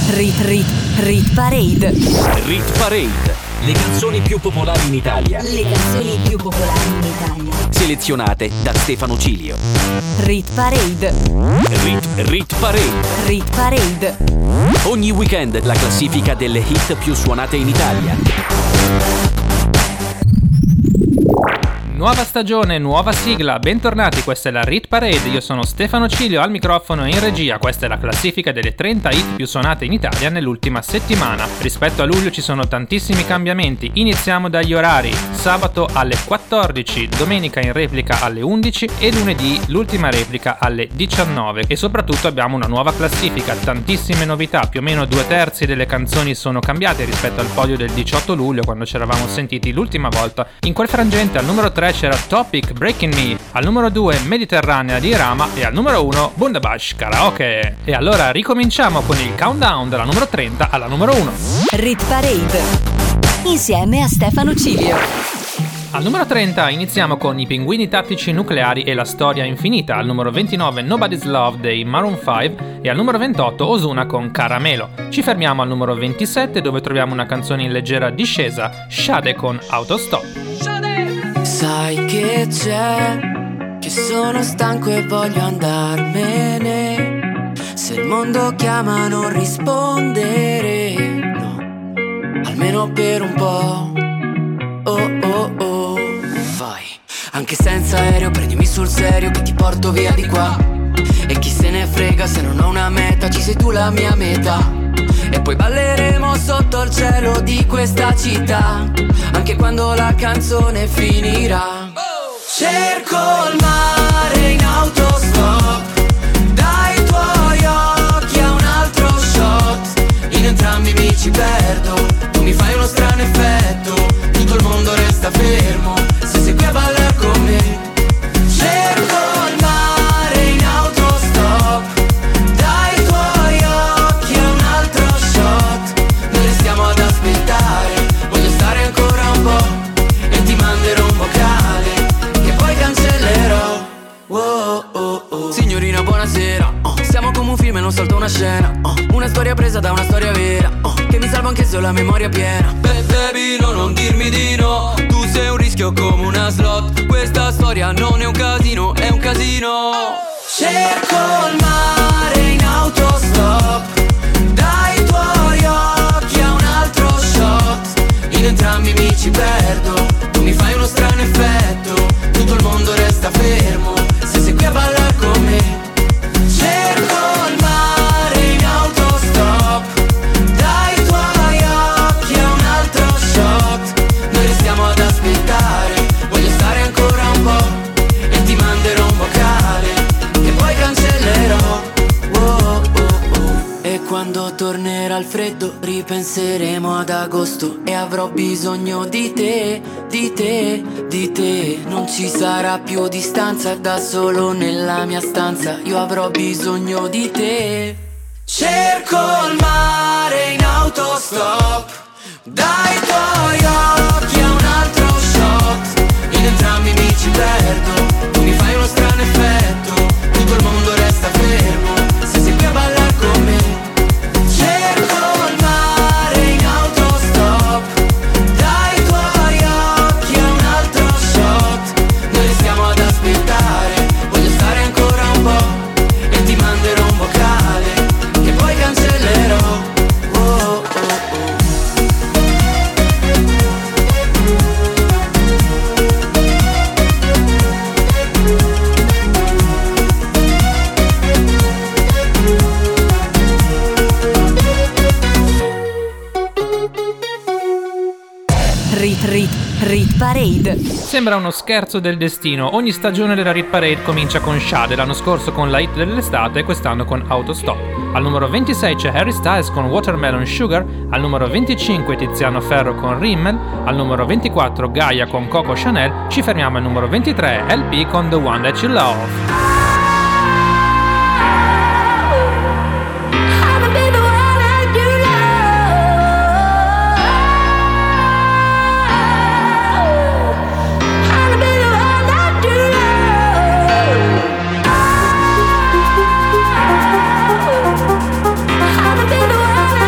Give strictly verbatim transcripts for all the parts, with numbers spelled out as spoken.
Rit Rit Rit Parade. Rit Parade. Le canzoni più popolari in Italia. Le canzoni più popolari in Italia. Selezionate da Stefano Cilio. Rit Parade. Rit Rit Parade. Rit Parade. Ogni weekend la classifica delle hit più suonate in Italia. Nuova stagione, nuova sigla, bentornati, questa è la Rit Parade, io sono Stefano Cilio al microfono e in regia, questa è la classifica delle trenta hit più suonate in Italia nell'ultima settimana. Rispetto a luglio ci sono tantissimi cambiamenti, iniziamo dagli orari, sabato alle quattordici, domenica in replica alle undici e lunedì l'ultima replica alle diciannove e soprattutto abbiamo una nuova classifica, tantissime novità, più o meno due terzi delle canzoni sono cambiate rispetto al podio del diciotto luglio quando ci eravamo sentiti l'ultima volta. In quel frangente al numero tre c'era Topic Breaking Me, al numero due Mediterranea di Rama e al numero uno Bundabash Karaoke. E allora ricominciamo con il countdown dalla numero trenta alla numero uno. Rit Parade insieme a Stefano Cilio. Al numero trenta iniziamo con i Pinguini Tattici Nucleari e la Storia Infinita, al numero ventinove Nobody's Love dei Maroon cinque e al numero ventotto Ozuna con Caramelo. Ci fermiamo al numero ventisette dove troviamo una canzone in leggera discesa, Sade con Autostop. Sai che c'è, che sono stanco e voglio andarmene. Se il mondo chiama non rispondere, no, almeno per un po'. Oh oh oh, vai. Anche senza aereo prendimi sul serio che ti porto via di qua. E chi se ne frega se non ho una meta, ci sei tu la mia meta. E poi balleremo sotto il cielo di questa città, anche quando la canzone finirà. Cerco il mare in autostop, dai tuoi occhi a un altro shot. In entrambi mi ci perdo, tu mi fai uno strano effetto. Tutto il mondo resta fermo, se sei qui a ballare con me. Cerco il mare in autostop, dai tuoi occhi a un altro shot. Noi restiamo ad aspettare, voglio stare ancora un po' e ti manderò un vocale che poi cancellerò. Oh, oh, oh. Signorina buonasera, oh. Siamo come un film e non soltanto una scena, oh. Una storia presa da una storia vera, oh. Che mi salva anche se ho la memoria piena. Be- baby no, non dirmi di no, tu sei un rischio come una slot. Questa storia non è un casino, è un casino. oh. Cerco il mare in autostop, dai tuoi occhi a un altro shot. In entrambi mi ci perdo, tu mi fai uno strano effetto. Tutto il mondo resta fermo, se sei qui a ballare con me. Cerco il mare in autostop, dai tuoi occhi a un altro shot. Noi restiamo ad aspettare, voglio stare ancora un po' e ti manderò un vocale che poi cancellerò. Oh, oh, oh. E quando tornerà il freddo ripenseremo ad agosto e avrò bisogno di te, di te, di te. Non ci sarà più distanza, da solo nella mia stanza io avrò bisogno di te. Cerco il mare in autostop, dai tuoi occhi a un altro shot. In entrambi mi ci perdo, tu mi fai uno strano effetto. Tutto il mondo resta fermo, se sei qui a ballare con me. Cerco il mare in autostop, dai tuoi occhi a un altro shot. Noi restiamo ad aspettare, voglio stare ancora un po' e ti manderò un vocale che poi cancellerò. Oh, oh, oh. Rit Rit Rit Parade. Sembra uno scherzo del destino, ogni stagione della Rit Parade comincia con Sade, l'anno scorso con la hit dell'estate e quest'anno con Autostop. Al numero ventisei c'è Harry Styles con Watermelon Sugar, al numero venticinque Tiziano Ferro con Rimmel, al numero ventiquattro Gaia con Coco Chanel, ci fermiamo al numero ventitré L P con The One That You Love. I'll be the one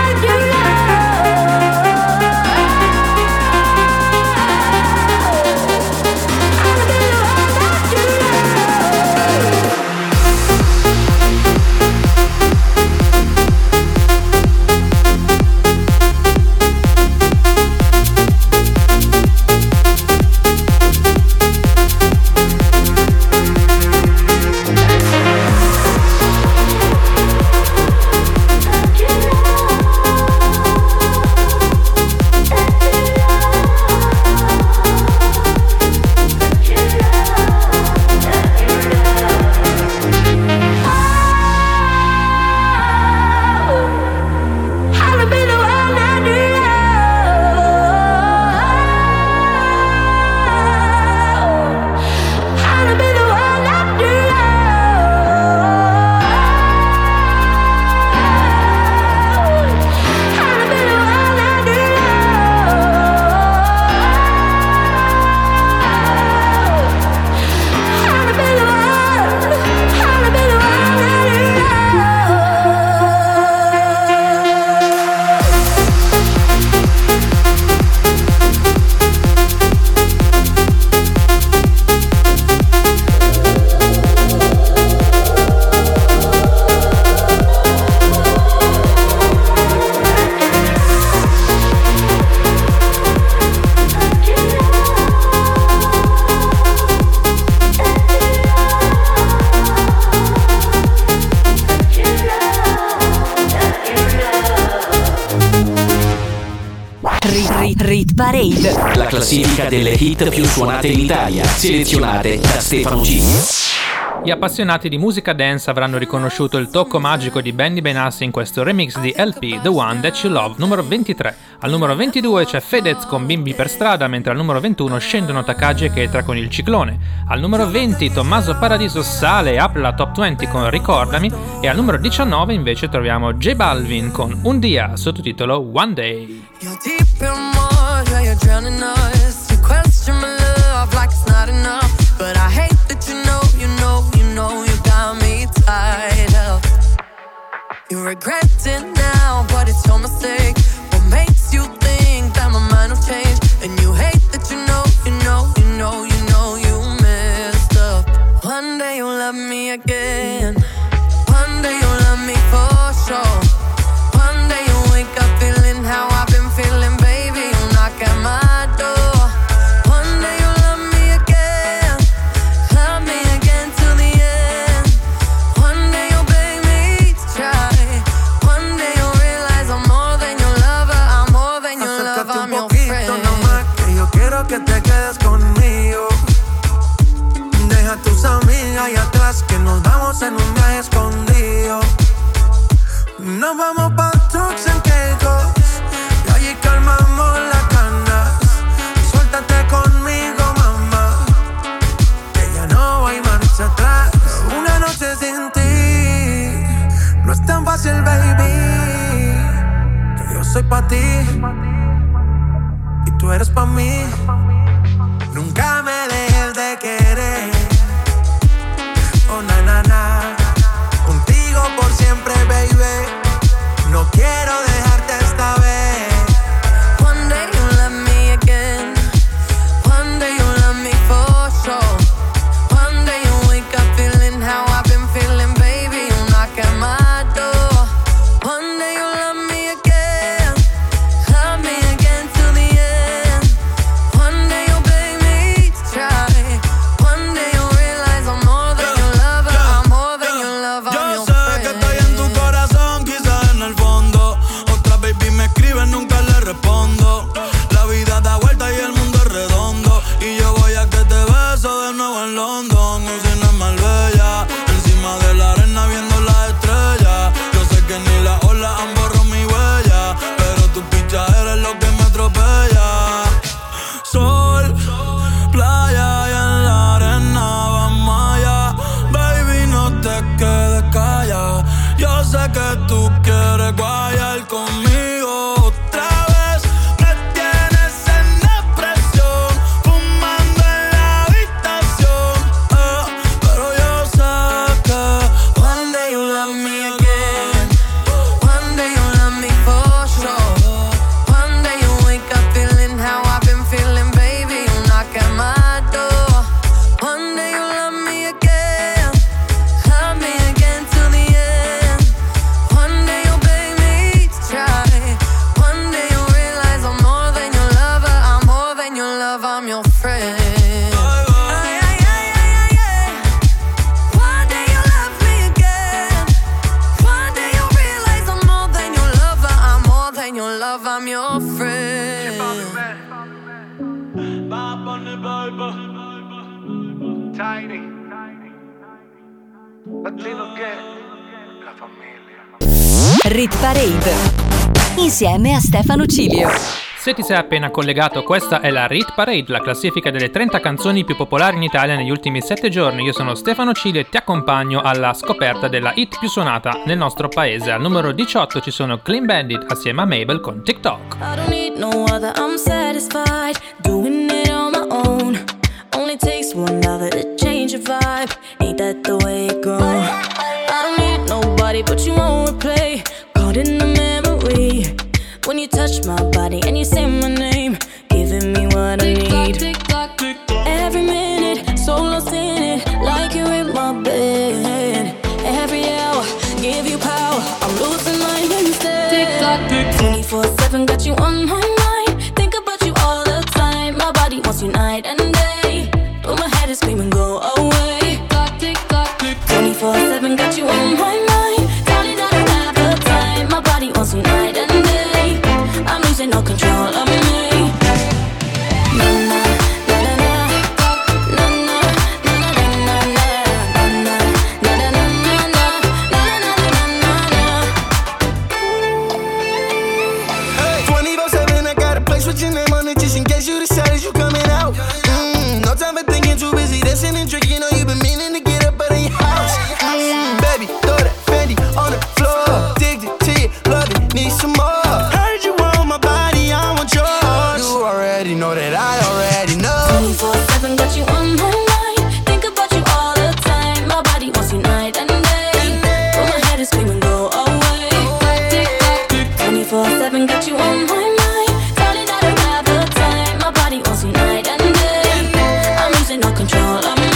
Rit, Rit Parade, la classifica delle hit più suonate in Italia, selezionate da Stefano Cilio. Gli appassionati di musica dance avranno riconosciuto il tocco magico di Benny Benassi in questo remix di L P, The One That You Love, numero ventitré. Al numero ventidue c'è Fedez con Bimbi per strada, mentre al numero ventuno scendono Takagi e Ketra con Il Ciclone. Al numero venti Tommaso Paradiso sale e apre la top venti con Ricordami, e al numero diciannove invece troviamo J Balvin con Un Dia, sottotitolo One Day. You're deep in mud, yeah, you're drowning us. You question my love like it's not enough, but I hate that you know, you know, you know you got me tied up. You regret it now, but it's your mistake. What makes you think that my mind will change? And you hate that you know, you know, you know, you know you messed up. One day you'll love me again. One day you'll love me for sure. One day you'll wake up feeling how I've been feeling, baby. You'll knock at my door. One day you'll love me again. Love me again till the end. One day you'll beg me to try. One day you'll realize I'm more than your lover. I'm more than your lover, I'm your friend. Nomás que yo quiero que te quedes conmigo. Deja tus amigas ahí atrás, que nos vamos en un viaje escondido. Nos vamos pa' Turks and Caicos y allí calmamos las ganas. Suéltate conmigo, mamá, que ya no hay marcha atrás. Una noche sin ti no es tan fácil, baby, que yo soy pa' ti y tú eres pa' mí. Nunca me dejes de querer. Oh, na, na, na. Contigo por siempre, baby. No quiero dejarte esta vez. One day you'll love me again. One day you'll love me for sure. One day you'll wake up feeling how I've been feeling, baby. You'll knock at my door. One day you'll love me again. Love me again till the end. One day you'll beg me to try. One day you'll realize I'm more than your lover. I'm more than your lover, I'm your friend. Yo sé que estoy en tu corazón, quizás en el fondo. Otra baby me escribe, nunca le respondo. La vida da vuelta y el mundo es redondo. Y yo voy a que te beso de nuevo en London. Usina es Marbella, encima de la arena viendo las estrellas. Yo sé que ni las olas han borrado mi huella, pero tu picha eres lo que me atropella. Sol, playa y en la arena vamos allá. Baby, no te quedes callada. Yo sé que tú quieres guayar conmigo otra vez. Me tienes en depresión, fumando en la habitación, eh, pero yo sé que One day you'll love me again. One day you'll love me for sure. One day you'll wake up feeling how I've been feeling, baby. You'll knock at my door. One day you'll love me again. Love me again till the end. One day you'll beg me to try. One day you'll realize I'm more than your lover. I'm more than your lover, I'm your friend. Ay, ay, ay, ay, ay, ay. One day you'll love me again. One day you'll realize I'm more than your lover. I'm more than your lover, I'm your friend. Tiny. Latino che la famiglia. Rit Parade, insieme a Stefano Cilio. Se ti sei appena collegato, questa è la Rit Parade, la classifica delle trenta canzoni più popolari in Italia negli ultimi sette giorni. Io sono Stefano Cilio e ti accompagno alla scoperta della hit più suonata nel nostro paese. Al numero diciotto ci sono Clean Bandit assieme a Mabel con TikTok. I don't need no other, I'm satisfied doing it on my own. Only takes one lover to change your vibe. Ain't that the way it goes? I don't need nobody but you won't replay. Caught in the memory when you touch my body and you say my name, giving me what I need. Every minute, so lost in it, like you're in my bed. Every hour, give you power, I'm losing mine instead. twenty-four seven, got you on my mind. Think about you all the time. My body wants you night and day, but my head is screaming, go away. twenty-four seven, got you on my mind. Darling, I don't have the time. My body wants you night and day. I'm losing all control of me. put your name on it just in case you decided you coming out. Mm, no time for thinking, too busy dancing and drinking. You know you've been meaning to get up out of your house. Mm, baby, throw that Fendi on the floor. Addicted to you, love it, need some more. Heard you want my body, I want yours. You already know that I already know. twenty-four seven got you on my mind. Think about you all the time. My body wants you night and day. But my head is screaming, go away. twenty-four seven got you on my mind. Darling, I don't have the time. My body wants you night and day. I'm losing all control of me.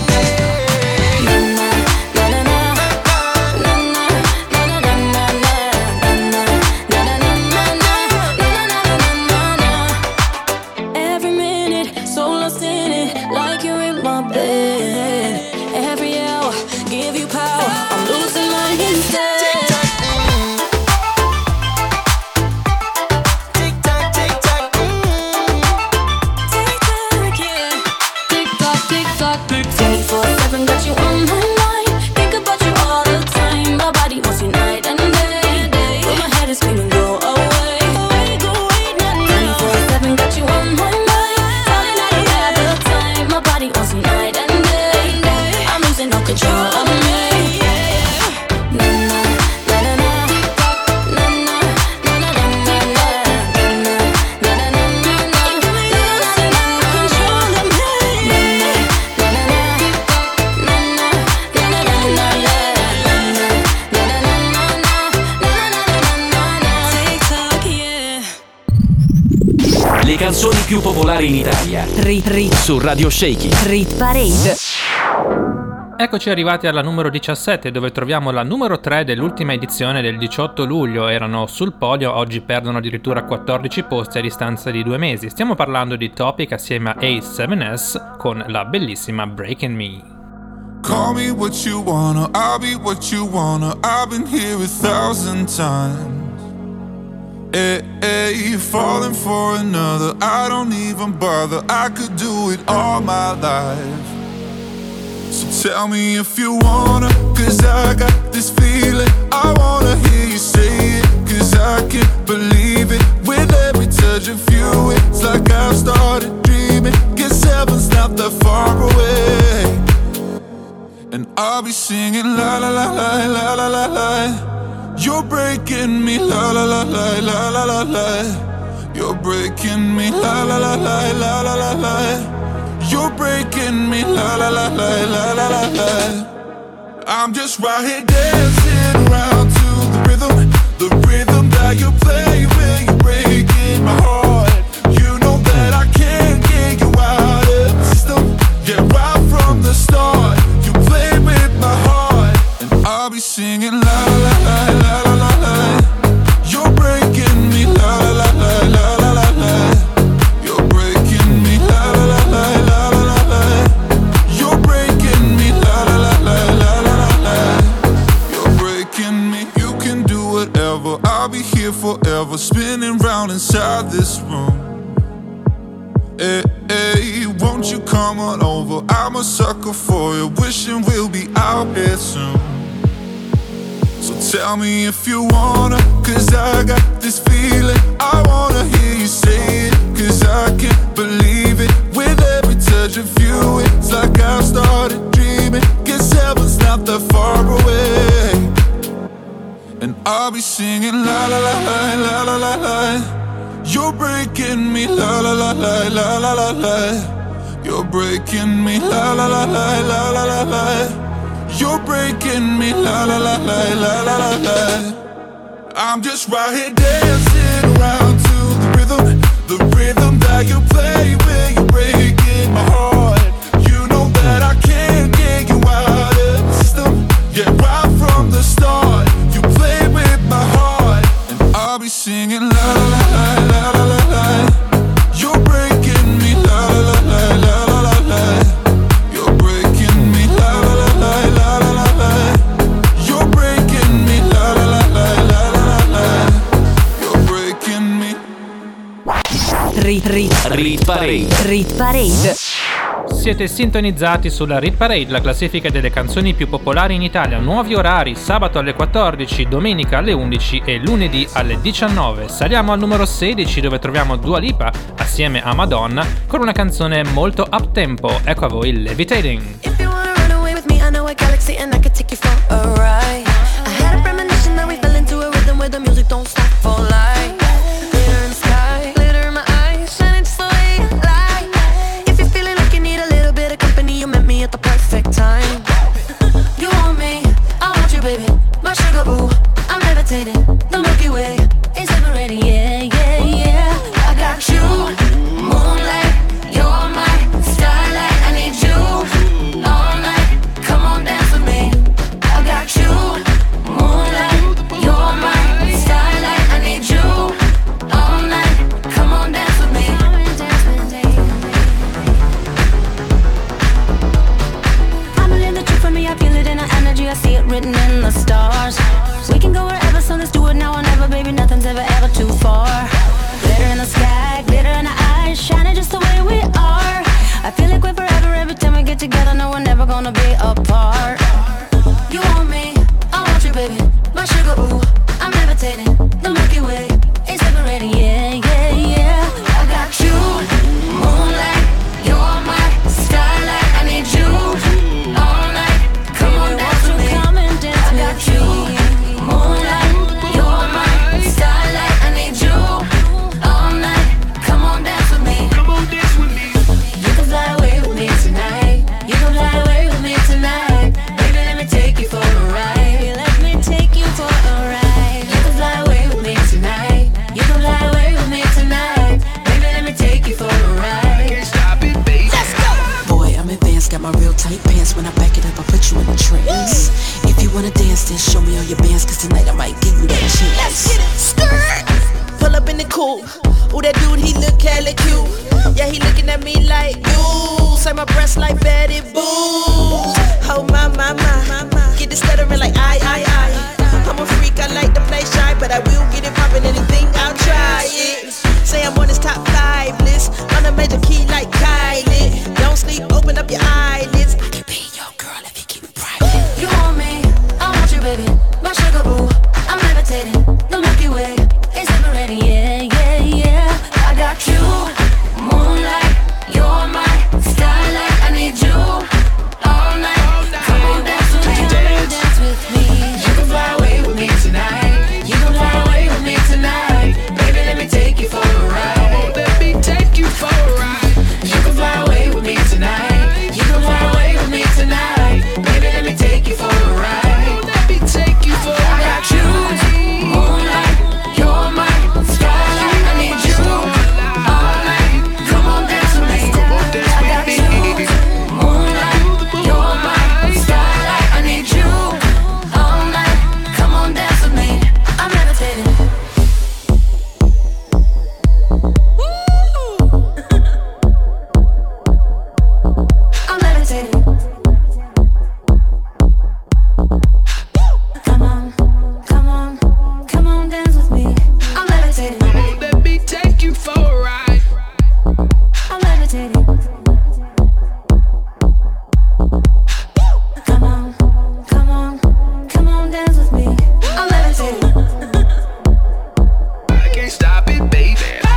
Every minute, so lost in it, like you're in my bed. Every hour, give you power. I'm losing my instead. twenty-four seven got you on my mind. Think about you all the time. My body wants you night and day. But my head is screaming, go away. twenty-four seven got you on my mind. Darling, I don't have the time. My body wants you night and day. I'm losing all control of me. Na na na na na. Na na na na na na. Na na na na na. Losing all control of me. Le canzoni più popolari in Italia. Rit Rit Su Radio Shaky. Rit Parade. Eccoci arrivati alla numero diciassette, dove troviamo la numero tre dell'ultima edizione del diciotto luglio. Erano sul podio, oggi perdono addirittura quattordici posti a distanza di due mesi. Stiamo parlando di Topic assieme a A seven S con la bellissima Breaking Me. Call me what you wanna, I'll be what you wanna. I've been here a thousand times. Hey, hey, falling for another, I don't even bother. I could do it all my life. So tell me if you wanna, cause I got this feeling. I wanna hear you say it, cause I can't believe it. With every touch of you, it's like I've started dreaming. Guess heaven's not that far away. And I'll be singing la la la la la la la la. You're breaking me la la la la la la la la. You're breaking me la la la la la la la la. You're breaking me la la la la la la la la. I'm just right here dancing around to the rhythm, the rhythm that you play when you're breaking my heart. You know that I can't get you out of the system. Yeah, right from the start, you play with my heart, and I'll be singing la la la la la la la. You're breaking me la la la la la la la. You're breaking me la la la la la la la la. You're breaking me la la la la la la la la. You're breaking me. You can do whatever, I'll be here forever, spinning round inside this room. Hey, hey, won't you come on over? I'm a sucker for you, wishing we'll be out here soon. So tell me if you wanna, cause I got this feeling. I wanna hear you say it, cause I can't believe it. With every touch of you, it's like I've started dreaming. Guess heaven's not that far away. And I'll be singing la la la la la la la la. You're breaking me la la la la la la la la. You're breaking me la la la la la la la la. You're breaking me la la la la la la la la. I'm just right here dancing around to the rhythm, the rhythm that you play when you're breaking my heart. You know that I can't get you out of the system. Yeah, right from the start, you play with my heart, and I'll be singing la la la la la la la. You're breaking me la la la la la la la. You're breaking me la la la la la la la la. You're breaking me la la la la la la la la. You're breaking me. Rit Rit Rit Parade. Rit Parade. siete sintonizzati sulla Rit Parade, la classifica delle canzoni più popolari in Italia. Nuovi orari, sabato alle quattordici, domenica alle undici e lunedì alle diciannove. Saliamo al numero sedici, dove troviamo Dua Lipa assieme a Madonna con una canzone molto up tempo. Ecco a voi Levitating. If you wanna run away with me, I know a galaxy and I could take you for a ride. I had a premonition that we fell into a rhythm where the music don't stop for life. Glitter in the sky, glitter in my eyes, shining just the way you like. If you're feeling like you need a little bit of company, you met me at the perfect time. You want me, I want you, baby, my sugar boo. I'm levitating, the Milky Way is liberating, yeah, yeah, yeah. I got you, moonlight, you're my starlight. I need you all night, come on dance with me. I got you, moonlight, you're my starlight. I need you all night, come on dance with me. I believe the truth for me, I feel it in our energy, I see it written in the stars. We can go wherever, so let's do it now or never, baby, nothing's ever, ever too far. Glitter in the sky, glitter in our eyes, shining just the way we are. I feel like we're forever every time we get together, no, we're never gonna be apart. You want me, I want you, baby, my sugar boo. I'm levitating, the Milky Way is liberating, yeah, yeah, yeah. I got you, moonlight, you're my starlight. I need you all night, come on dance with me. I got you, moonlight, you're my starlight. I need you all night, come on dance with me. Come on dance with me. You can fly away with me tonight. You can fly away with me tonight. Baby, let me take you for a ride. Let me take you for a ride. You can fly away with me tonight. You can fly away with me tonight. Baby, let me take you for a ride. Can't stop it, baby. Let's go. Boy, I'm advanced, got my real tight pants. When I back it up, I put you in a trance. If you wanna dance, then show me all your bands, cause tonight I might give you that chance. Let's get it. Skirt. Pull up in the coupe. Ooh, that dude, he look hella cute. Yeah, he looking at me like you. Say my breasts like Betty Boo. Oh my, my, my. Get this stuttering like I, I, I. I'm a freak, I like to play shy, but I will get it poppin', anything, I'll try it. Say I'm on his top five list, on a major key like Kylie. Don't sleep, open up your eyelids. I can be your girl if you keep it private. You want me, I want you, baby, my sugar boo. I'm levitating, the Milky Way is liberating, yeah, yeah, yeah. I got you, moonlight, you're my starlight. I need you all night, come on dance with me, dance with me. You can fly away with me tonight. You can fly away with me tonight. Baby, let me take you for a ride. Let me take you for a ride. You can fly away with me tonight. You can fly away with me tonight. Baby, let me take you for a ride. Let me take you for a ride. I got you, moonlight, you're my starlight. I need you all night, come on dance with me. I got you, moonlight, you're my starlight. I need you all night, come on dance with me. I'm levitating. I'm levitating. Come on, come on, come on, dance with me. I'm levitating. Let me take you for a ride. I'm levitating. Come on, come on, come on, dance with me. I'm levitating. I can't stop it, baby.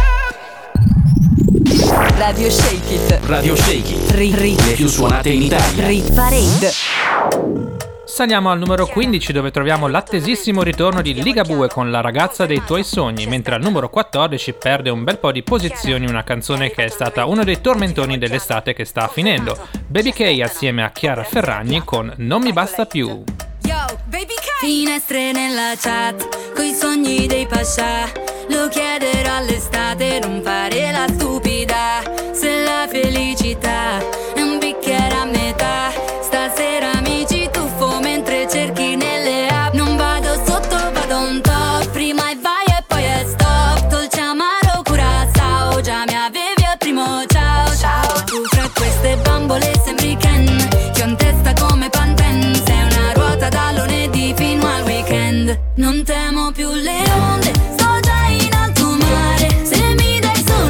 Radio Shake It. Radio Shake It. Rit, rit, Le più suonate in Italia. Rit Parade. Saliamo al numero quindici, dove troviamo l'attesissimo ritorno di Ligabue con La ragazza dei tuoi sogni, mentre al numero quattordici perde un bel po' di posizioni una canzone che è stata uno dei tormentoni dell'estate che sta finendo. Baby K assieme a Chiara Ferragni con Non mi basta più. Yo, Baby K. Finestre nella chat, coi sogni dei pascià. Lo chiederò all'estate, non fare la stupida. Se la felicità è un bicchiere a metà, stasera mi ci tuffo mentre cerchi nelle app. Non vado sotto, vado on top, prima e vai e poi è stop. Dolce amaro Curaçao, già mi avevi al primo ciao ciao. Tu fra queste bambole sembri Ken, ti ho in testa come Pantene. Sei una ruota da lunedì fino al weekend. Non temo più le onde, sto già in alto mare. Se mi dai solo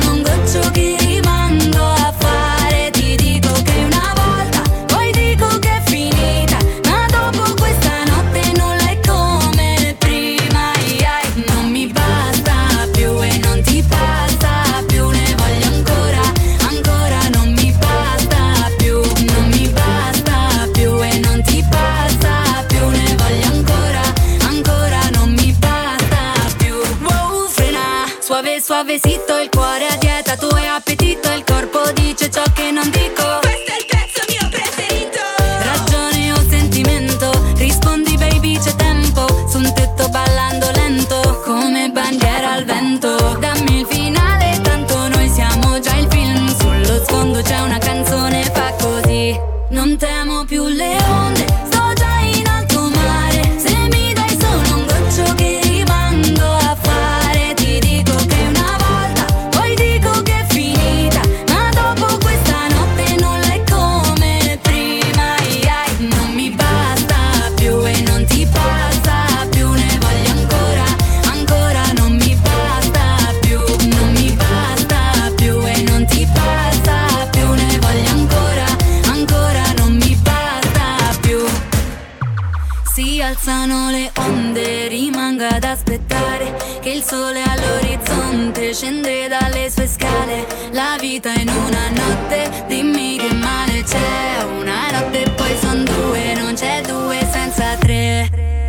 suave suavecito, il cuore a dieta, tu hai appetito, il corpo dice ciò che non dico. Questo è il pezzo mio preferito. Ragione o sentimento, rispondi baby c'è tempo, su un tetto ballando lento, come bandiera al vento. Dammi il finale, tanto noi siamo già il film, sullo sfondo c'è una canzone, fa così. Non temo più le onde, sto già in alto mare, se mi dai solo un goccio che rimando a fare. Ti dico che una volta, poi dico che è finita, ma dopo questa notte non è come prima. Ai ai, non mi basta più e non ti passa più, ne voglio ancora, ancora. Non mi basta più, non mi basta più e non ti passa più, ne voglio ancora, ancora. Non mi basta più. Si alzano le onde, rimango ad aspettare che il sole all'orizzonte scende dalle sue scale. La vita in una notte, dimmi che male c'è. Una notte e poi son due, non c'è due senza tre.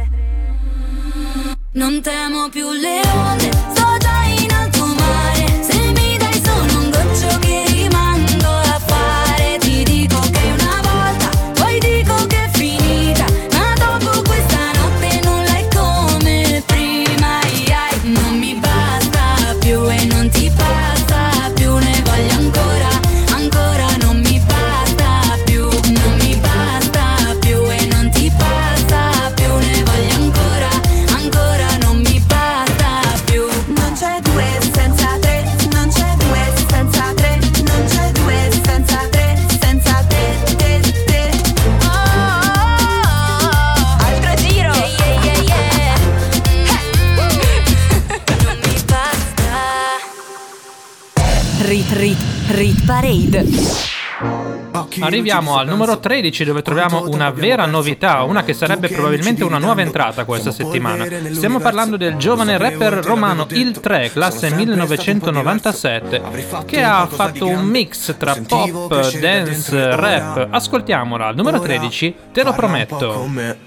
Non temo più le onde, sto già in alto mare, se mi dai solo un goccio che rimando a fare. Ti dico che una volta, poi dico che è finita, ma dopo questa notte non è come prima. Ai ai, non mi basta più e non ti passa più, ne voglio ancora, ancora. Non mi basta più, non mi basta più e non ti passa più, ne voglio ancora, ancora. Non mi basta più. Non c'è due senza tre, non c'è due senza tre, non c'è due senza tre, senza te, te, te. Oh, oh, oh. Altro giro. Yeah, yeah, yeah, yeah. Non mi basta. Rit Rit Rit Parade. Arriviamo al numero tredici, dove troviamo una vera novità, una che sarebbe probabilmente una nuova entrata questa settimana. Stiamo parlando del giovane rapper romano Il tre, classe millenovecentonovantasette, che ha fatto un mix tra pop, dance, rap. Ascoltiamola, al numero tredici, Te lo prometto.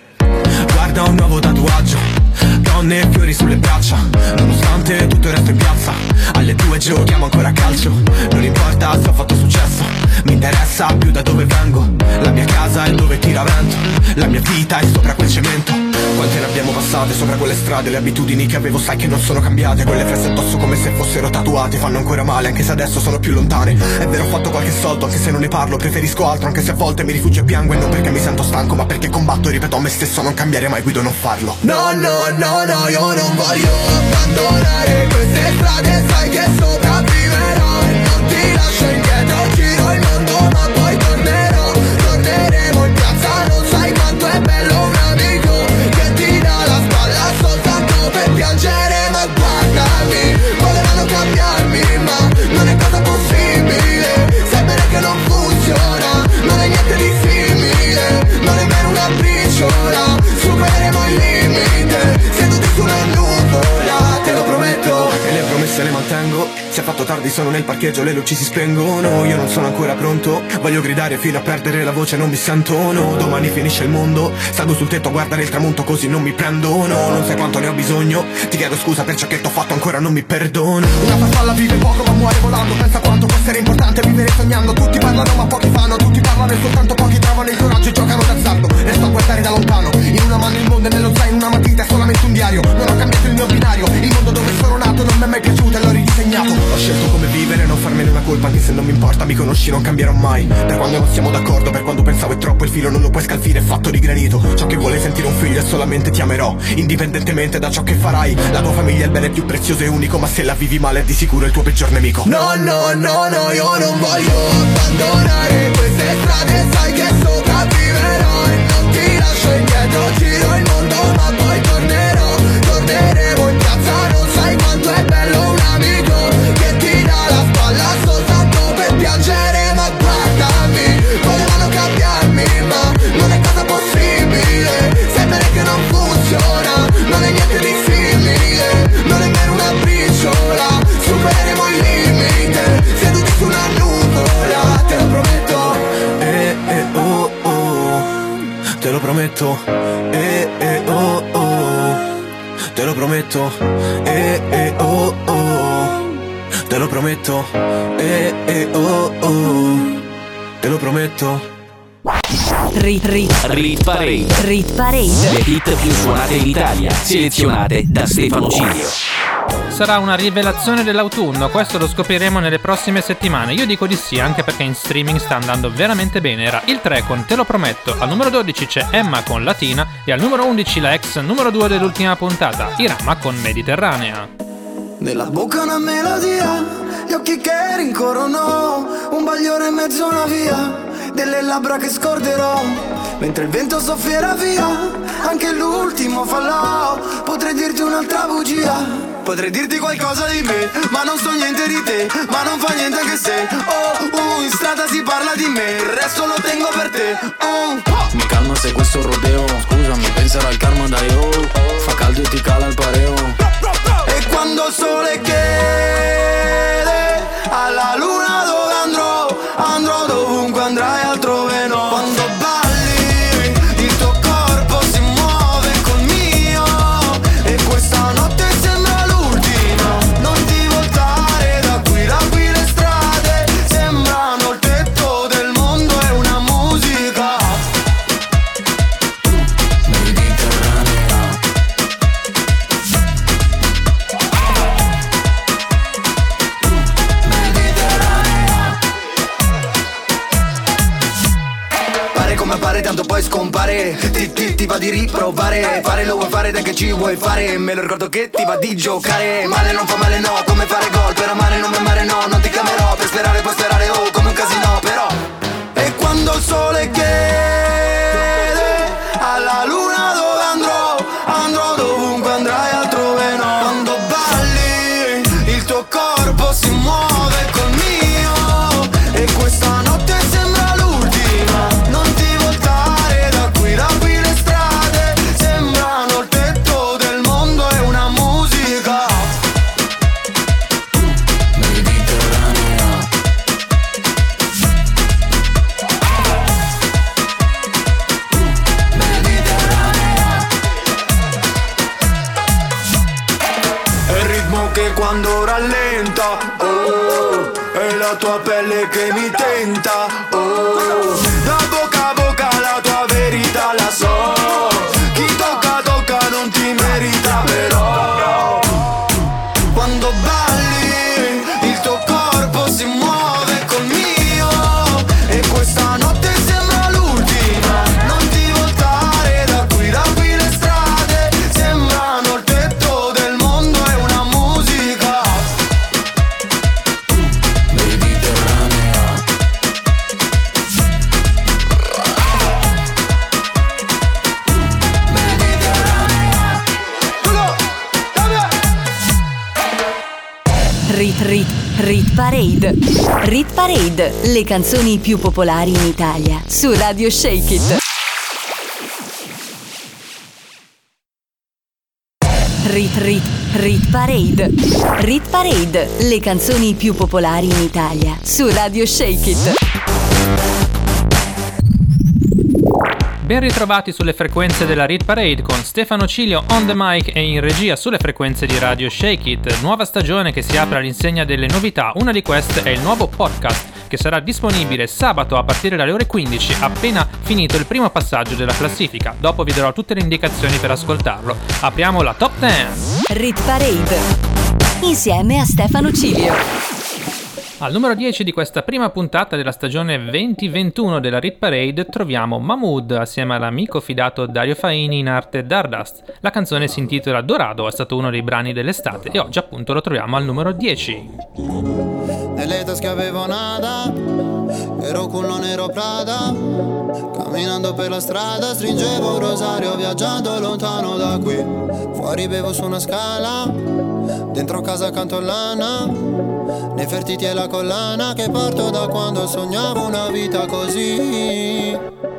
Guarda un nuovo tatuaggio, donne e fiori sulle braccia, nonostante tutto il resto in piazza. Alle due giochiamo ancora a calcio, non importa se ho fatto successo, mi interessa più da dove vengo. La mia casa è dove tira vento, la mia vita è sopra quel cemento. Quante ne abbiamo passate sopra quelle strade, le abitudini che avevo sai che non sono cambiate. Quelle fresse addosso come se fossero tatuate, fanno ancora male anche se adesso sono più lontane. È vero, ho fatto qualche soldo anche se non ne parlo, preferisco altro anche se a volte mi rifugio e piango. E non perché mi sento stanco ma perché combatto e ripeto a me stesso non cambiare mai, guido non farlo. No, no, no, no, io non voglio abbandonare queste strade, sai che sopravviverò e non ti lascio indietro. Giro il mondo ma poi tornerò, torneremo in piazza, non sai quanto è bello un amico che ti dà la spalla soltanto per piangere. Ma guardami, voleranno cambiarmi ma non è cosa possibile, sai bene che non funziona, non è niente di simile, non è nemmeno una briciola, supereremo il limite, seduti su una nuvola, te lo prometto. E le promesse le mantengo, si è fatto tardi, sono nel parcheggio, le luci si spengono, io non sono ancora pronto, voglio gridare fino a perdere la voce, non mi sentono. Domani finisce il mondo, salgo sul tetto a guardare il tramonto così non mi prendono. Non sai quanto ne ho bisogno, ti chiedo scusa per ciò che t'ho fatto, ancora non mi perdono. Una farfalla vive poco ma muore volando, pensa quanto può essere importante vivere sognando. Tutti parlano ma pochi fanno, tutti parlano e soltanto pochi trovano il coraggio e giocano d'azzardo. Resto a guardare da lontano, in una mano il mondo e nello zaino una matita è solamente un diario. Non ho cambiato il mio binario, il mondo dove sono nato non mi è mai piaciuto e l'ho ridisegnato. Ho scelto come vivere, non farmene una colpa anche se non mi importa, mi conosci, non cambierò mai. Per quando non siamo d'accordo, per quando pensavo è troppo, il filo non lo puoi scalfire, è fatto di granito. Ciò che vuole sentire un figlio è solamente ti amerò, indipendentemente da ciò che farai. La tua famiglia è il bene più prezioso e unico, ma se la vivi male è di sicuro il tuo peggior nemico. No, no, no, no, io non voglio abbandonare queste strade, sai che sopravviverò e non ti lascio indietro. Giro il mondo ma poi tornerò, torneremo in piazza, non sai quanto è bello un amico che ti dà la spalla soltanto per piangere. Ma guardami, volevano cambiarmi ma non è cosa possibile, sai bene che non funziona, non è niente di simile, non è nemmeno una briciola, supereremo il limite, seduti su una nuvola, te lo prometto. Eh, eh, oh, oh, te lo prometto. Eh, eh, oh, oh, te lo prometto. Eh, eh, oh, oh. lo prometto, eh, eh, oh, oh, te lo prometto. Rit, rit, Rit Parade. Rit Parade. Le hit più suonate in Italia, selezionate da Stefano Cilio. Sarà una rivelazione dell'autunno, questo lo scopriremo nelle prossime settimane. Io dico di sì, anche perché in streaming sta andando veramente bene. Era il tre con Te lo prometto, al numero dodici c'è Emma con Latina e al numero undici la ex numero due dell'ultima puntata, Irama con Mediterranea. Nella bocca una melodia, gli occhi che rincorrono, un bagliore in mezzo a una via, delle labbra che scorderò, mentre il vento soffierà via, anche l'ultimo fallò. Potrei dirti un'altra bugia, potrei dirti qualcosa di me, ma non so niente di te, ma non fa niente anche se oh, uh, in strada si parla di me, il resto lo tengo per te. uh. Mi calma se questo rodeo, scusami, penserò al karma da io, fa caldo e ti cala il pareo. E quando il sole chiede alla luna dove andrò, andrò dovunque andrai altrove no. Quando balli il tuo corpo si muove col mio, e questa notte sembra l'ultima. Non ti voltare da qui, da qui le strade sembrano il tetto del mondo, è una musica mediterranea. Come pare tanto poi scompare, ti, ti, ti va di riprovare, fare lo vuoi fare dai che ci vuoi fare, me lo ricordo che ti va di giocare, male non fa male no, come fare gol, per amare non mi amare no, non ti chiamerò, per sperare puoi sperare oh, come un casino però. E quando il sole chiede alla luna dove andrò, andrò dovunque andrai altrove no. Quando balli il tuo corpo si muove col mio, e questa notte sembra l'ultima. Non ti voltare da qui, da qui le strade sembrano il tetto del mondo, è una musica mediterranea. Mediterranea. È il ritmo che quando rallenta, oh, è la tua pelle che mi tenta, oh, da bocca a bocca la tua verità la so, chi tocca tocca non ti merita però. Quando balli il tuo corpo si muove col mio, e questa notte sembra l'ultima. Non ti voltare da qui, da qui le strade sembrano il tetto del mondo, è una musica mediterranea. Rit, rit, Rit Parade. Rit Parade, le canzoni più popolari in Italia, su Radio Shake It. Rit, rit, Rit Parade. Rit Parade, le canzoni più popolari in Italia, su Radio Shake It. Ben ritrovati sulle frequenze della Rit Parade con Stefano Cilio on the mic e in regia sulle frequenze di Radio Shake It. Nuova stagione che si apre all'insegna delle novità. Una di queste è il nuovo podcast che sarà disponibile sabato a partire dalle ore quindici, appena finito il primo passaggio della classifica. Dopo vi darò tutte le indicazioni per ascoltarlo. Apriamo la top dieci. Rit Parade insieme a Stefano Cilio. Al numero dieci di questa prima puntata della stagione venti ventuno della Rit Parade troviamo Mahmood assieme all'amico fidato Dario Faini in arte Dardust. La canzone si intitola Dorado, è stato uno dei brani dell'estate e oggi appunto lo troviamo al numero dieci. Nelle tasche avevo nada, ero cullo nero Prada, camminando per la strada stringevo un rosario viaggiando lontano da qui. Fuori bevo su una scala, dentro casa canto lana, Nefertiti è la collana che porto da quando sognavo una vita così.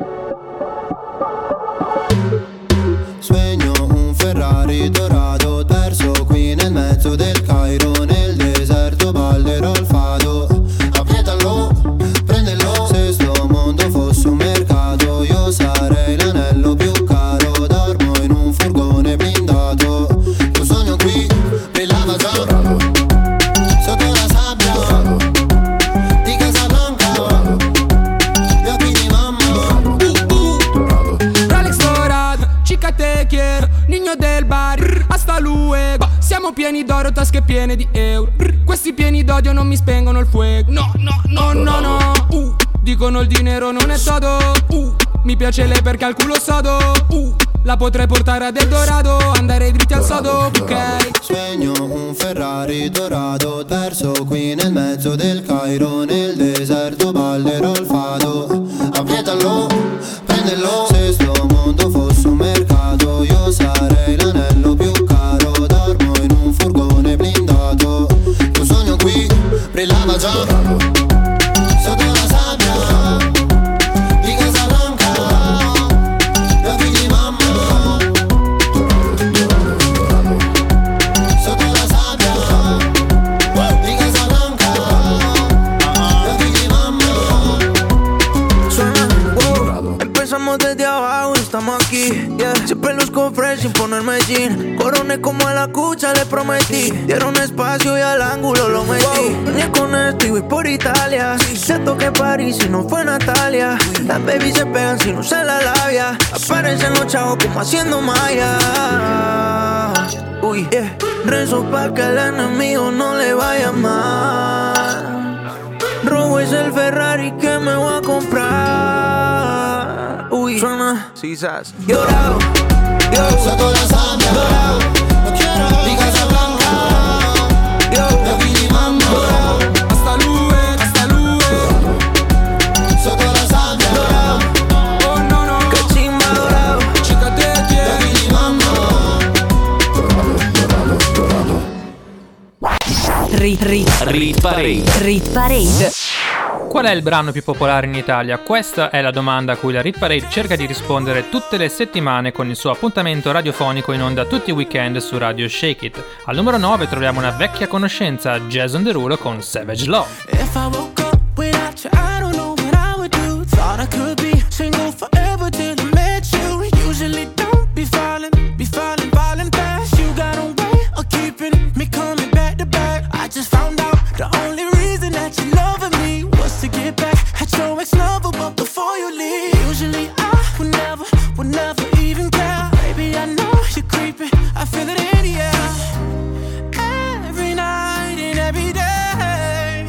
Sogno un Ferrari dorato perso qui nel mezzo del Cairo, nel deserto ballerò il fado. Appietalo, prendelo, se sto mondo fosse un mercato io sarei l'anello più caro. Dormo in un furgone blindato, io sogno qui per la Dorado. Sotto la sabbia pieni d'oro, tasche piene di euro. Brr, questi pieni d'odio non mi spengono il fuoco. No, no, no, no, no. Uh, dicono il dinero non è todo. Uh, mi piace lei perché ha il culo sodo. Uh, la potrei portare ad Eldorado, andare dritti al sodo, ok. Spegno un Ferrari dorato, perso qui nel mezzo del Cairo. Nel deserto ballerò il fado. Appietalo, prendelo. Se sto mondo fosse un mercato, io sarei l'anello più caro. Dormo in un furgone blindato. Il sogno qui brillava già sotto la sabbia di Casablanca, da figli di mamma. Sotto la sabbia di Casablanca, da figli di mamma. Suena, wow. Empezamos desde abajo y estamos aquí, yeah. Siempre luzco fresh sin ponerme jean. Coroné como a la cucha, le prometí. Dieron espacio y al ángulo lo metí. Wow. Ni con esto y voy por Italia. Se toque París y no fue Natalia. Las baby se pegan si no se la labia. Aparecen los chavos como haciendo malla. Uy, yeah. Rezo pa' que el enemigo no le vaya mal. Robo es el Ferrari que me voy a comprar. Uy, suena sisas. Llorado, yo sotto la sabbia, dorado, no quiero di Casablanca, yo da figli di mamma. Hasta lui, hasta lui. Sotto la sabbia, Oh no no, que chimba dorado. chica te da quiero. figli di mamma. Rit Rit Rit Parade. Rit Parade. Qual è il brano più popolare in Italia? Questa è la domanda a cui la Rit Parade cerca di rispondere tutte le settimane con il suo appuntamento radiofonico in onda tutti i weekend su Radio Shake It. Al numero nove troviamo una vecchia conoscenza, Jason Derulo con Savage Love. If I woke up without you, I don't know what I would do. Thought I could be single forever till I met you. Usually don't be falling, be falling, falling fast. You got a way of keeping me coming back to back. I just found out the only reason that you loving me was to get back at your ex-lover, but before you leave, usually I would never, would never even care. Baby, I know you're creeping, I feel it in the air. Every night and every day,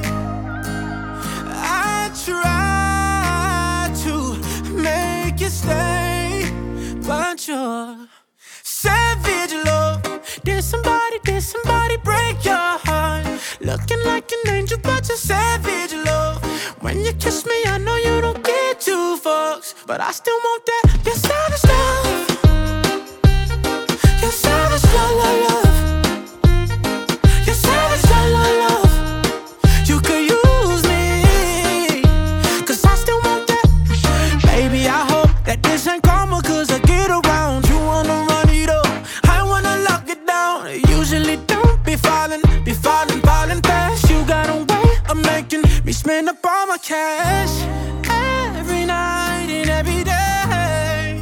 I try to make you stay, but you're savage love. Did somebody, did somebody break your heart? Looking like an angel, but you're savage love. When you kiss me, I know you don't get two fucks, but I still want that. You're savage love. You're savage love, love, love. You're savage love, love, love. You could use me, cause I still want that. Baby, I hope that this ain't karma, cause I get around. You wanna run it up, I wanna lock it down. Usually don't be falling, be falling, falling fast. You got a way of making me spend up all my cash. Every night and every day,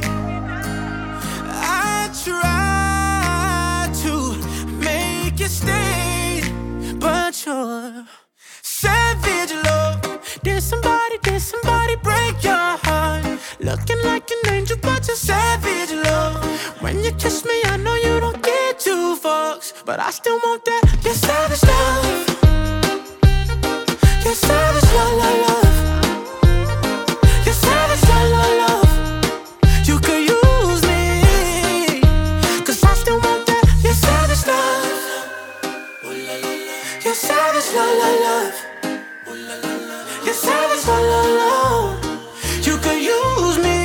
I try to make you stay, but you're savage love. Did somebody, did somebody break your heart? Looking like an angel, but you're savage love. When you kiss me, I know you don't get two fucks, but I still want that. You're savage love. You're savage love, love, love. You're savage love, love, love. You could use me, cause I still want that. You're savage love. You're savage love, love, love. You're savage love, love, love. You could use me,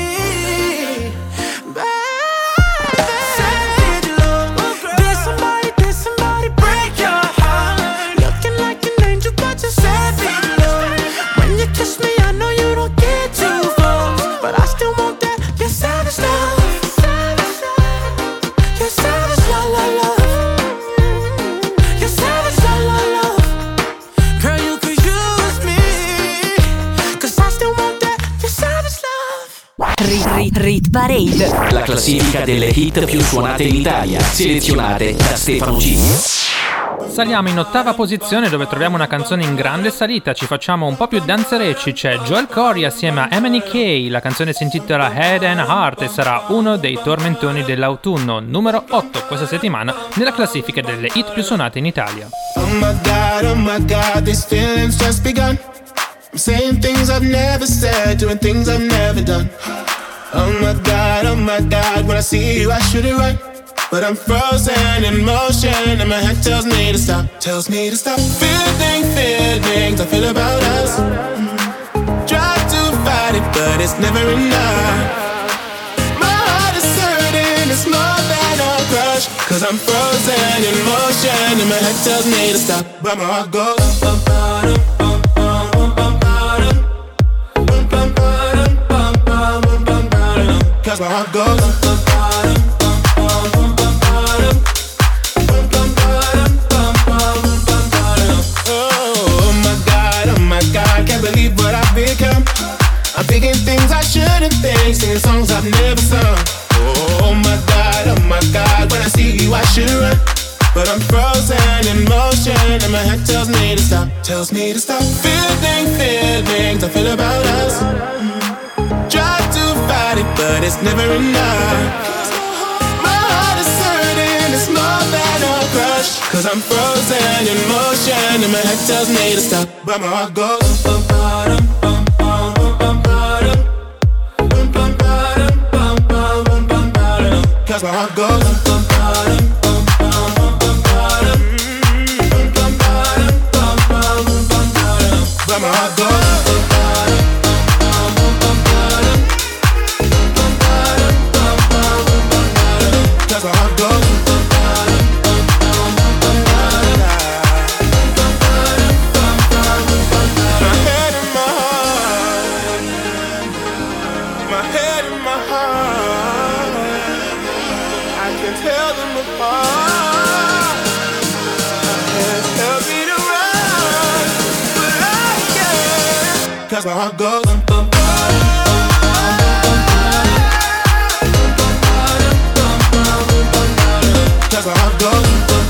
baby. Savage love. Did somebody, did somebody break your heart? Looking like an angel, but you're savage love. When you kiss me, I know you don't get two fucks, but I still want that. You're savage love. You're savage love, love, love. You're savage love, love, love. Girl, you could use me, cause I still want that. You're savage love. Rit Rit Rit Parade. La classifica delle hit più suonate in Italia, selezionate da Stefano G. Saliamo in ottava posizione dove troviamo una canzone in grande salita, ci facciamo un po' più danzerecci, c'è Joel Corey assieme a M N K, la canzone si intitola Head and Heart e sarà uno dei tormentoni dell'autunno, numero otto questa settimana nella classifica delle hit più suonate in Italia. Oh my God, oh my God, these feelings just begun. I'm saying things I've never said, doing things I've never done. Oh my God, oh my God, when I see you I should it right, but I'm frozen in motion and my head tells me to stop, tells me to stop. Feeling, feelings I feel about us. Try to fight it, but it's never enough. My heart is hurting, it's more than a crush, cause I'm frozen in motion and my head tells me to stop, but my heart goes bum, bum, bum, bum, bum, bum, bum, bum, bum, bum, bum, bum, cause my heart goes bum, bum, bum, bum, bum, bum, bum, bum, bum, bum. Oh my God, oh my God, can't believe what I've become. I'm thinking things I shouldn't think, singing songs I've never sung. Oh my God, oh my God, when I see you I should run, but I'm frozen in motion and my head tells me to stop, tells me to stop. Feeling, feelings I feel about us. Try to fight it, but it's never enough. My heart is hurting, it's more than a crush, cause I'm frozen in motion and my head tells me to stop, but my heart goes bum, bum, bum, bum, bum, bum, bum, bum, bum, bum, bum, bum, cause my heart goes bum, bum, bum, bum, bum, bum, bum, bum, bum, bum, bum, but my heart goes bum, bum, bum, bum, bum, bum, bum, cause my heart goes bum, bum, bum, bum, bum, bum, my head and my heart, my head and my heart, I can tell them apart. My head tells me to run, but I can't, cause my heart goes bum, bum, bum, cause my heart goes bum,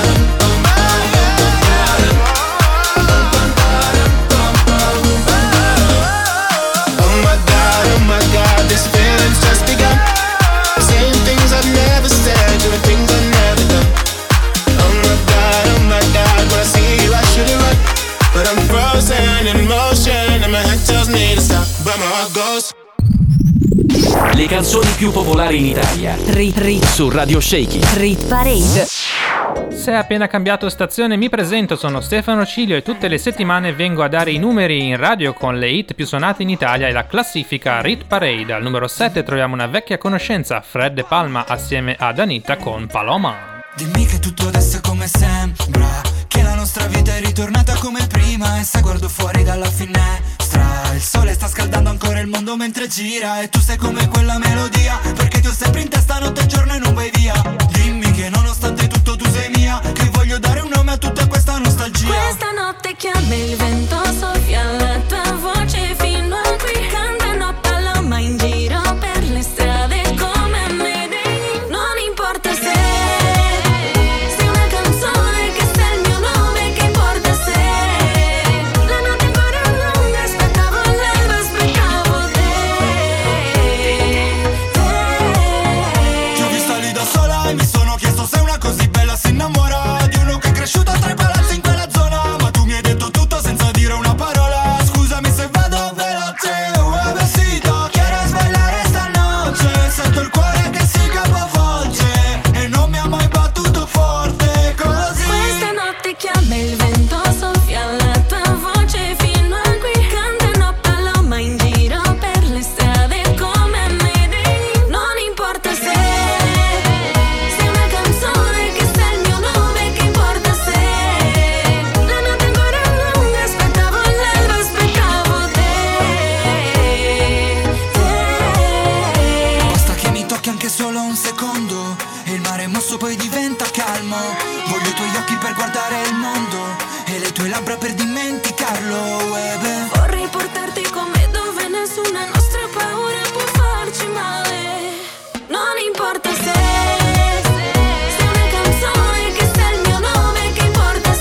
oh my God, oh my God, this feeling's just begun. Saying things I've never said, doing things I've never done. Oh my God, oh my God, when I see you I shouldn't run, but I'm frozen in motion and my head tells me to stop, but my heart goes. Le canzoni più popolari in Italia. Rit, rit. Su Radio Shaky. Rit Parade. Se hai appena cambiato stazione mi presento, sono Stefano Cilio e tutte le settimane vengo a dare i numeri in radio con le hit più suonate in Italia e la classifica Rit Parade. Al numero sette troviamo una vecchia conoscenza, Fred De Palma assieme ad Anita con Paloma. Dimmi che tutto adesso è come sembra, che la nostra vita è ritornata come prima. E se guardo fuori dalla finestra, il sole sta scaldando ancora il mondo mentre gira. E tu sei come quella melodia, perché ti ho sempre in testa notte e giorno e non vai via. Dimmi che nonostante tutto tu sei mia, che voglio dare un nome a tutta questa nostalgia. Questa notte chiama il vento, soffia la tua voce fino a qui. Cantano Paloma in giro per le strade come me. Non importa se sei una canzone, che sei il mio nome, che importa se la notte ancora lunga, aspettavo l'alba, aspettavo te, te. Ti ho vista lì da sola e mi sono chiesto se una così bella si innamora di uno che è cresciuto tra i palazzi in quella zona. Ma tu mi hai detto tutto senza dire una parola. Scusami se vado veloce, un besito, quieres bailare stanotte. Sento il cuore che si capovolge e non mi ha mai battuto forte così. Questa notte chiama il vento, soffia la tua voce fino a qui. Cantano Paloma in giro per le strade come me. Non importa se sei una canzone, che sei il mio nome, che importa se la notte ancora lunga, aspettavo l'alba, aspettavo te, te. Basta che mi tocchi anche solo un secondo e il mare mosso poi diventa calmo. Voglio i tuoi occhi per guardare il mondo e le tue labbra per dimenticarlo, eh beh. Vorrei portarti con me dove nessuna nostra paura può farci male. Non importa se sei una canzone, che sei il mio nome, che importa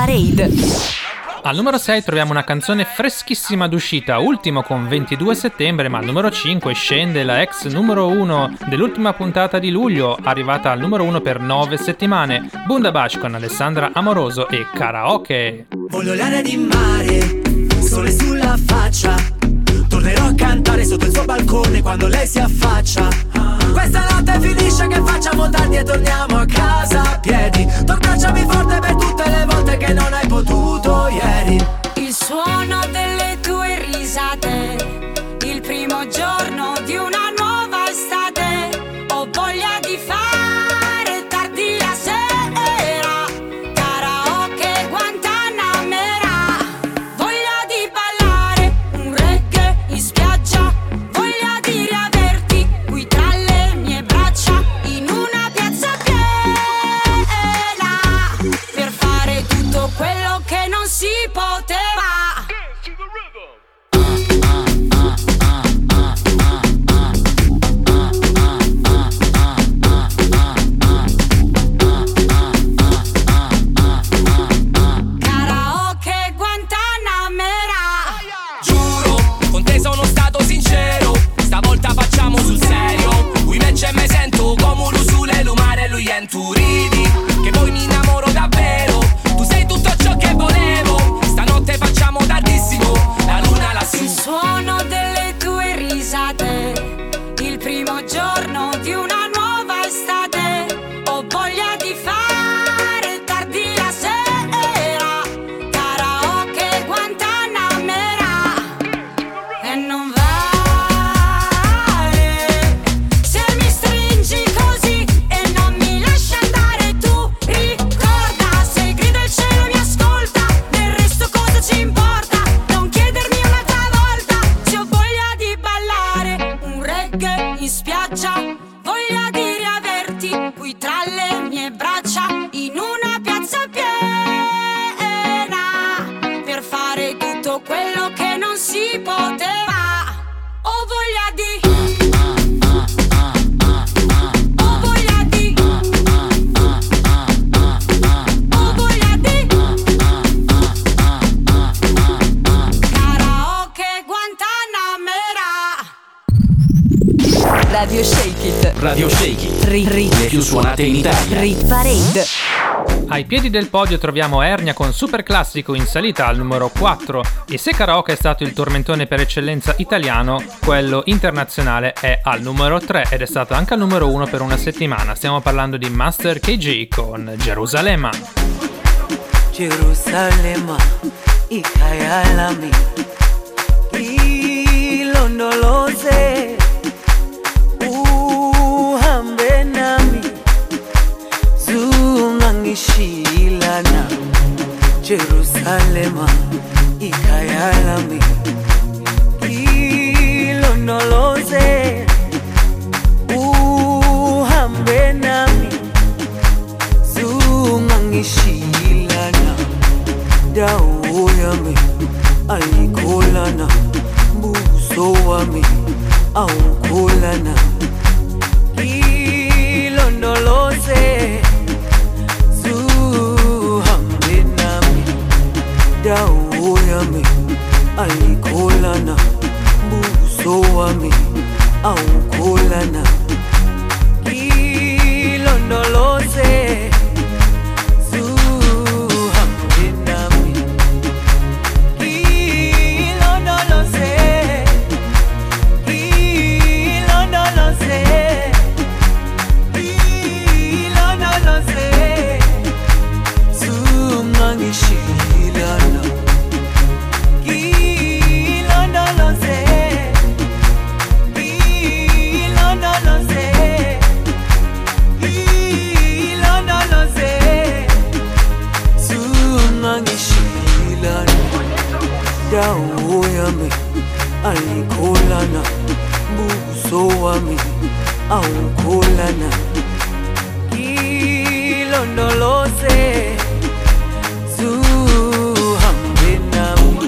Parade. Al numero sei troviamo una canzone freschissima d'uscita, ultimo con ventidue settembre, ma al numero cinque scende la ex numero uno dell'ultima puntata di luglio, arrivata al numero uno per nove settimane, Bundabash con Alessandra Amoroso e Karaoke. Voglio l'aria di mare, sole sulla faccia, tornerò a cantare sotto il suo balcone quando lei si affaccia. Questa notte finisce che facciamo tardi e torniamo a casa a piedi. Tu abbracciami forte per tutte le volte che non hai potuto ieri. Il suono delle tue risate, il primo giorno di una nuova estate. Ho voglia di fare tardi la sera, karaoke Guantanamera. Voglia di ballare un reggae in spiaggia, voglia di riaverti qui tra le mie braccia in una piazza piena, per fare tutto quello che non si poteva. Karaoke Guantanamera. Giuro, con te sono stato sincero, stavolta facciamo sul serio. Qui me c'è me sento come un usule lumare, lui è in tu ridi, che poi mi innamoro davvero. Tu sei tutto ciò che volevo, stanotte facciamo tardissimo, la luna lassù. Il suono delle tue risate, il primo giorno di una nuova estate. Ho voglia di fare tardi la sera, karaoke Guantanamera. E non vale se mi stringi così e non mi lasci andare. Tu ricorda, se grido il cielo mi ascolta, del resto cosa ci importa? Non chiedermi un'altra volta se ho voglia di ballare un reggae in spiaggia, voglia di riaverti qui tra le mie braccia in una piazza piena, per fare tutto quello che non si poteva. Ho voglia di, ho voglia di, ho voglia di karaoke Guantanamera. Radio Shake It. Radio Shake It. Rit, rit, Le più suonate in Italia. Rit Parade. Ai piedi del podio troviamo Ernia con Super Classico in salita al numero quattro, e se karaoke è stato il tormentone per eccellenza italiano, quello internazionale è al numero tre ed è stato anche al numero uno per una settimana. Stiamo parlando di Master K G con Gerusalemme. Jerusalema, ikhaya lami, ilondoloze, uhambe nami, zungangishilana. Jerusalema, ikhaya lami, ilondoloze, uhambe nami, zungangishilana. Dawo yami ayikholana, buso wami awukholana. Ilondoloze, zuhambe nami. Dawo yami ayikholana, buso wami awukholana. Ilondoloze, dawo yami ayikholana, buso wami awukholana. Ilondoloze, zuhambe nami.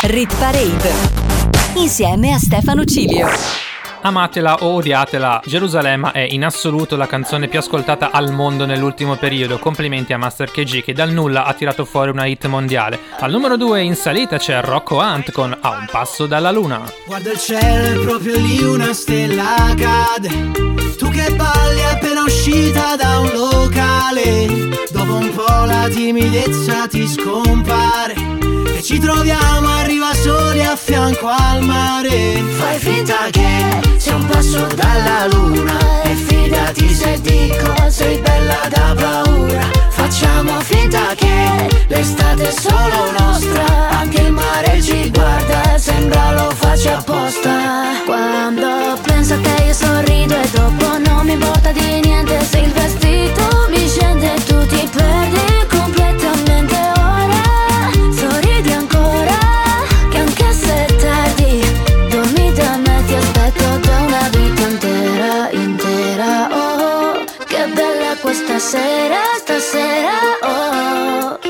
Rit Parade, insieme a Stefano Cilio. Amatela o odiatela, Gerusalemme è in assoluto la canzone più ascoltata al mondo nell'ultimo periodo. Complimenti a Master K G che dal nulla ha tirato fuori una hit mondiale. Al numero due in salita c'è Rocco Hunt con A un passo dalla luna. Guarda il cielo, è proprio lì una stella cade. Tu che balli appena uscita da un locale. Dopo un po' la timidezza ti scompare e ci troviamo, arriva soli a fianco al mare. Fai finta che sei un passo dalla luna e fidati se dico sei bella da paura. Facciamo finta che l'estate è solo nostra, anche il mare ci guarda, sembra lo faccia apposta. Quando penso a te io sorrido e dopo non mi importa di niente se il vestito mi scende e tu ti perdi completamente ora. Sorridi ancora, che anche se è tardi, dormi da me, ti aspetto da una vita intera, intera, oh, che bella questa sera, stasera, oh.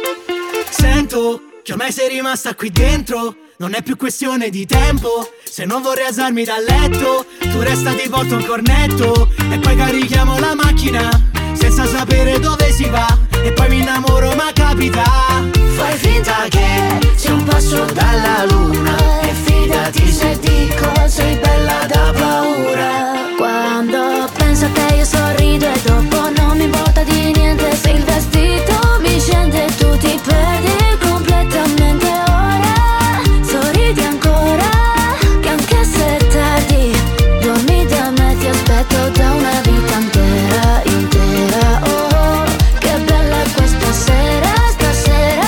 Sento che ormai sei rimasta qui dentro, non è più questione di tempo. Se non vorrei alzarmi dal letto, tu resta ti porto un cornetto e poi carichiamo la macchina senza sapere dove si va e poi mi innamoro ma capita. Fai finta che sei un passo dalla luna e fidati se dico sei bella da paura. Quando penso a te io sorrido e dopo non mi importa di niente se il vestito mi scende e tu ti perdi completamente ora. Sorridi ancora, che anche se è tardi, dormi da me, ti aspetto da una vita intera, intera, oh, che bella questa sera, stasera,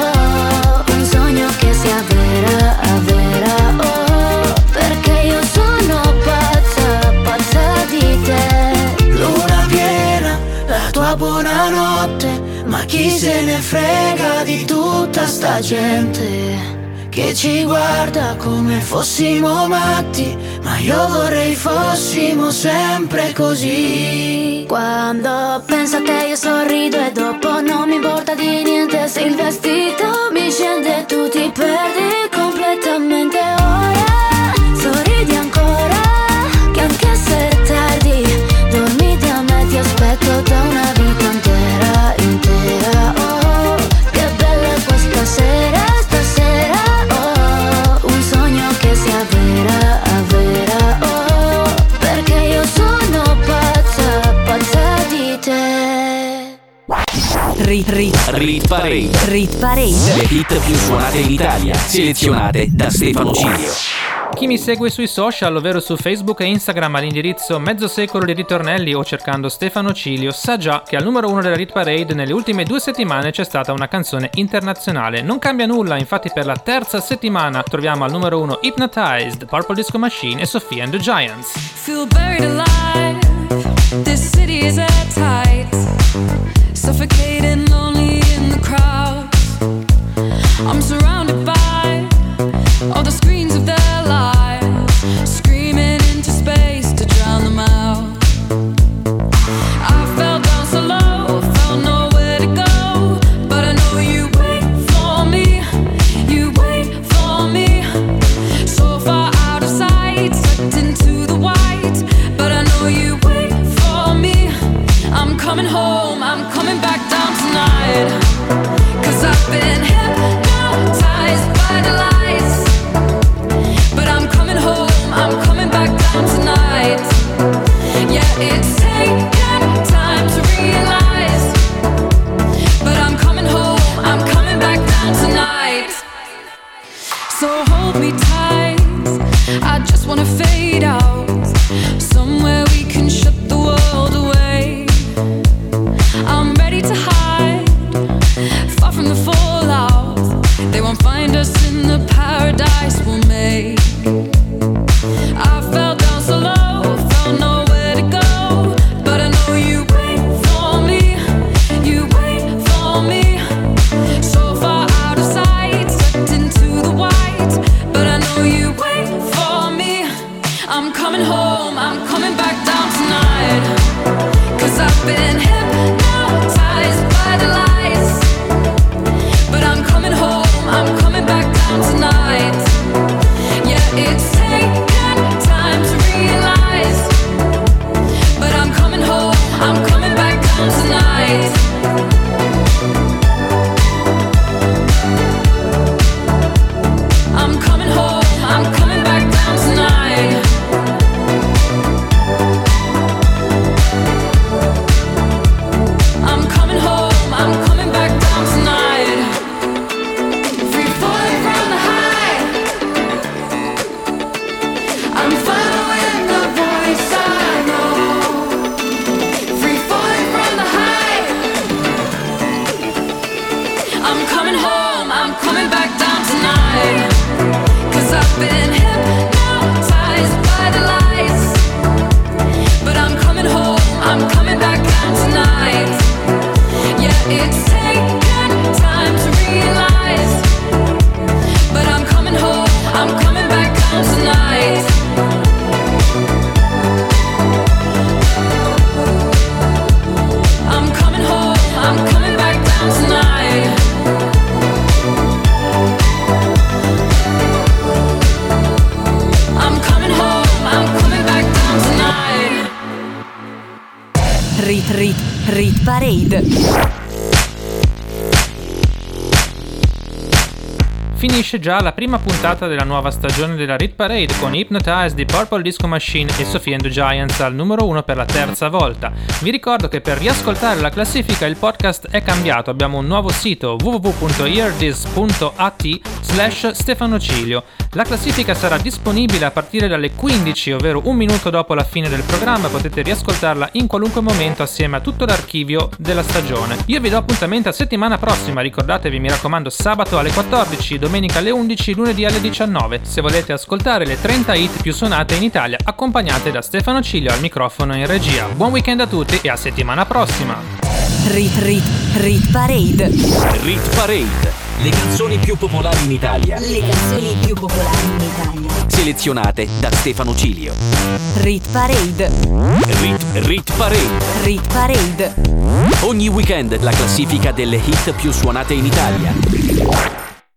oh, un sogno che sia vera, vera, oh, perché io sono pazza, pazza di te. Luna piena, la tua buonanotte, ma chi se ne frega di tutta sta gente che ci guarda come fossimo matti, ma io vorrei fossimo sempre così. Quando penso a te io sorrido e dopo non mi importa di niente se il vestito mi scende e tu ti perdi completamente ora. Sorridi ancora, che anche se è tardi, dormi da me, ti aspetto da una vita intera, intera, oh, che bella questa sera, stasera, oh, un sogno che sia vera, vera, oh, perché io sono pazza, pazza di te. Rit, rit, Rit Parade. Rit Parade. Le hit più suonate in Italia, selezionate da Stefano Cilio. Chi mi segue sui social, ovvero su Facebook e Instagram all'indirizzo Mezzo Secolo di Ritornelli o cercando Stefano Cilio, sa già che al numero uno della Rit Parade nelle ultime due settimane c'è stata una canzone internazionale. Non cambia nulla, infatti per la terza settimana troviamo al numero uno Hypnotized, Purple Disco Machine e Sophia and the Giants. Feel buried alive. This city is at tight. Suffocating, lonely in the crowd. I'm surrounded by all the screens of their lives, screaming into space to drown them out. I fell down so low, felt nowhere to go, but I know you wait for me, you wait for me. So far out of sight, sucked into the white, but I know you wait for me. I'm coming home, I'm coming back down tonight, 'cause I've been hypnotized. coming home, I'm coming back down tonight. Cause I've been hypnotized by the lights. But I'm coming home, I'm coming back down tonight. Yeah, it's taken time to realize. But I'm coming home, I'm coming back down tonight. I'm coming home, I'm coming back down tonight. I'm coming home, I'm coming back down tonight. Rit Rit Rit Parade. Finisce già la prima puntata della nuova stagione della Rit Parade con Hypnotize di Purple Disco Machine e Sophie and the Giants al numero uno per la terza volta. Vi ricordo che per riascoltare la classifica il podcast è cambiato, abbiamo un nuovo sito w w w punto eardis punto a t slash Stefano Cilio. La classifica sarà disponibile a partire dalle quindici, ovvero un minuto dopo la fine del programma, potete riascoltarla in qualunque momento assieme a tutto l'archivio della stagione. Io vi do appuntamento a settimana prossima, ricordatevi, mi raccomando, sabato alle quattordici, domenica alle undici, lunedì alle diciannove. Se volete ascoltare le trenta hit più suonate in Italia, accompagnate da Stefano Cilio al microfono in regia. Buon weekend a tutti e a settimana prossima. Rit Rit Rit Parade. Rit Parade. Le canzoni più popolari in Italia. Le canzoni più popolari in Italia. Selezionate da Stefano Cilio. Rit Parade. Rit Rit Parade. Rit Parade. Ogni weekend la classifica delle hit più suonate in Italia.